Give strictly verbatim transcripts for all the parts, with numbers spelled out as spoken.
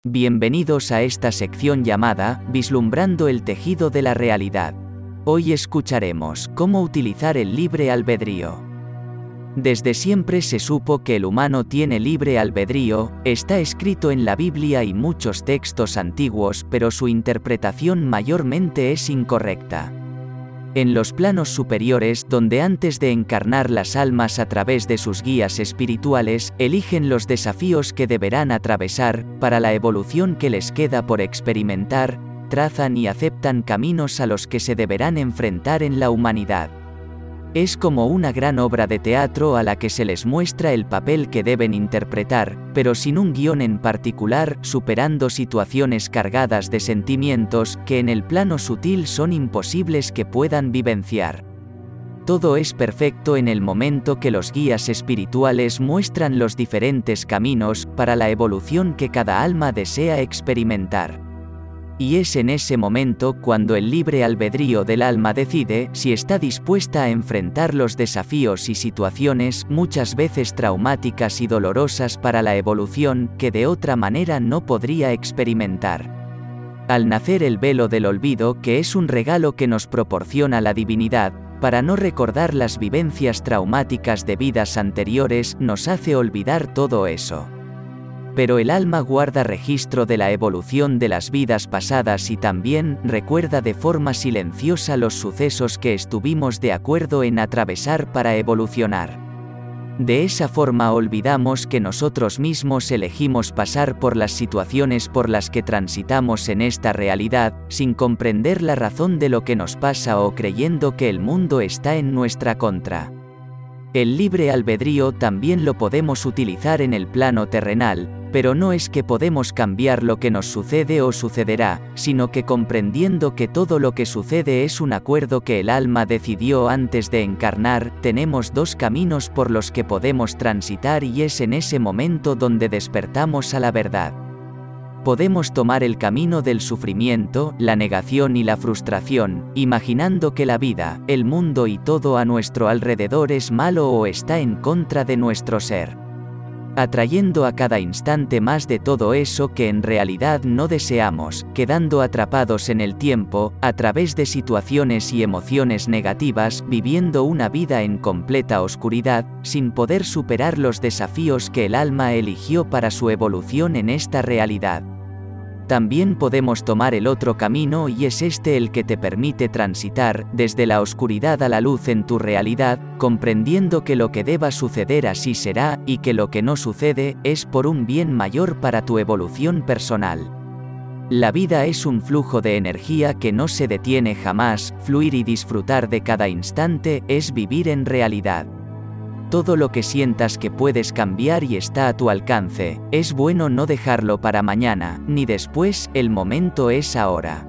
Bienvenidos a esta sección llamada Vislumbrando el tejido de la realidad. Hoy escucharemos cómo utilizar el libre albedrío. Desde siempre se supo que el humano tiene libre albedrío, está escrito en la Biblia y muchos textos antiguos, pero su interpretación mayormente es incorrecta. En los planos superiores, donde antes de encarnar las almas a través de sus guías espirituales, eligen los desafíos que deberán atravesar, para la evolución que les queda por experimentar, trazan y aceptan caminos a los que se deberán enfrentar en la humanidad. Es como una gran obra de teatro a la que se les muestra el papel que deben interpretar, pero sin un guión en particular, superando situaciones cargadas de sentimientos que en el plano sutil son imposibles que puedan vivenciar. Todo es perfecto en el momento que los guías espirituales muestran los diferentes caminos para la evolución que cada alma desea experimentar. Y es en ese momento cuando el libre albedrío del alma decide si está dispuesta a enfrentar los desafíos y situaciones, muchas veces traumáticas y dolorosas para la evolución, que de otra manera no podría experimentar. Al nacer el velo del olvido, que es un regalo que nos proporciona la divinidad, para no recordar las vivencias traumáticas de vidas anteriores, nos hace olvidar todo eso. Pero el alma guarda registro de la evolución de las vidas pasadas y también recuerda de forma silenciosa los sucesos que estuvimos de acuerdo en atravesar para evolucionar. De esa forma olvidamos que nosotros mismos elegimos pasar por las situaciones por las que transitamos en esta realidad, sin comprender la razón de lo que nos pasa o creyendo que el mundo está en nuestra contra. El libre albedrío también lo podemos utilizar en el plano terrenal, pero no es que podemos cambiar lo que nos sucede o sucederá, sino que comprendiendo que todo lo que sucede es un acuerdo que el alma decidió antes de encarnar, tenemos dos caminos por los que podemos transitar y es en ese momento donde despertamos a la verdad. Podemos tomar el camino del sufrimiento, la negación y la frustración, imaginando que la vida, el mundo y todo a nuestro alrededor es malo o está en contra de nuestro ser. Atrayendo a cada instante más de todo eso que en realidad no deseamos, quedando atrapados en el tiempo, a través de situaciones y emociones negativas, viviendo una vida en completa oscuridad, sin poder superar los desafíos que el alma eligió para su evolución en esta realidad. También podemos tomar el otro camino y es este el que te permite transitar, desde la oscuridad a la luz en tu realidad, comprendiendo que lo que deba suceder así será, y que lo que no sucede, es por un bien mayor para tu evolución personal. La vida es un flujo de energía que no se detiene jamás, fluir y disfrutar de cada instante, es vivir en realidad. Todo lo que sientas que puedes cambiar y está a tu alcance, es bueno no dejarlo para mañana, ni después, el momento es ahora.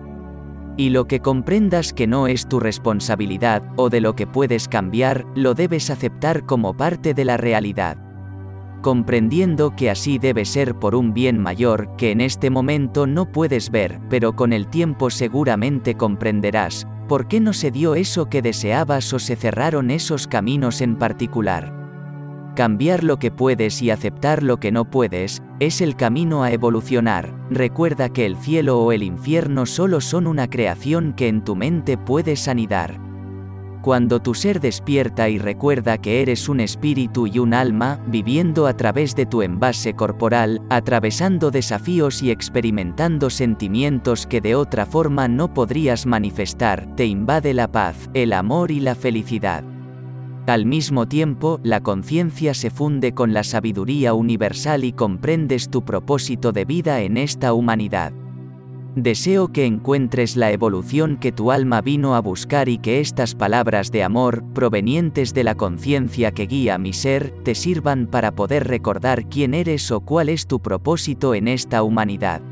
Y lo que comprendas que no es tu responsabilidad, o de lo que puedes cambiar, lo debes aceptar como parte de la realidad. Comprendiendo que así debe ser por un bien mayor, que en este momento no puedes ver, pero con el tiempo seguramente comprenderás, ¿por qué no se dio eso que deseabas o se cerraron esos caminos en particular? Cambiar lo que puedes y aceptar lo que no puedes, es el camino a evolucionar. Recuerda que el cielo o el infierno solo son una creación que en tu mente puedes anidar. Cuando tu ser despierta y recuerda que eres un espíritu y un alma, viviendo a través de tu envase corporal, atravesando desafíos y experimentando sentimientos que de otra forma no podrías manifestar, te invade la paz, el amor y la felicidad. Al mismo tiempo, la conciencia se funde con la sabiduría universal y comprendes tu propósito de vida en esta humanidad. Deseo que encuentres la evolución que tu alma vino a buscar y que estas palabras de amor, provenientes de la conciencia que guía mi ser, te sirvan para poder recordar quién eres o cuál es tu propósito en esta humanidad.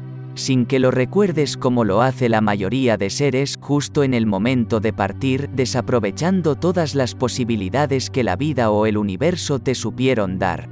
Sin que lo recuerdes como lo hace la mayoría de seres, justo en el momento de partir, desaprovechando todas las posibilidades que la vida o el universo te supieron dar.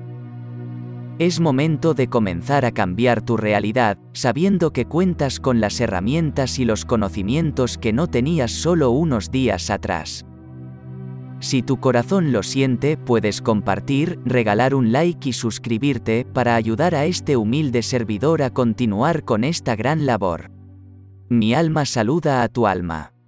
Es momento de comenzar a cambiar tu realidad, sabiendo que cuentas con las herramientas y los conocimientos que no tenías solo unos días atrás. Si tu corazón lo siente, puedes compartir, regalar un like y suscribirte para ayudar a este humilde servidor a continuar con esta gran labor. Mi alma saluda a tu alma.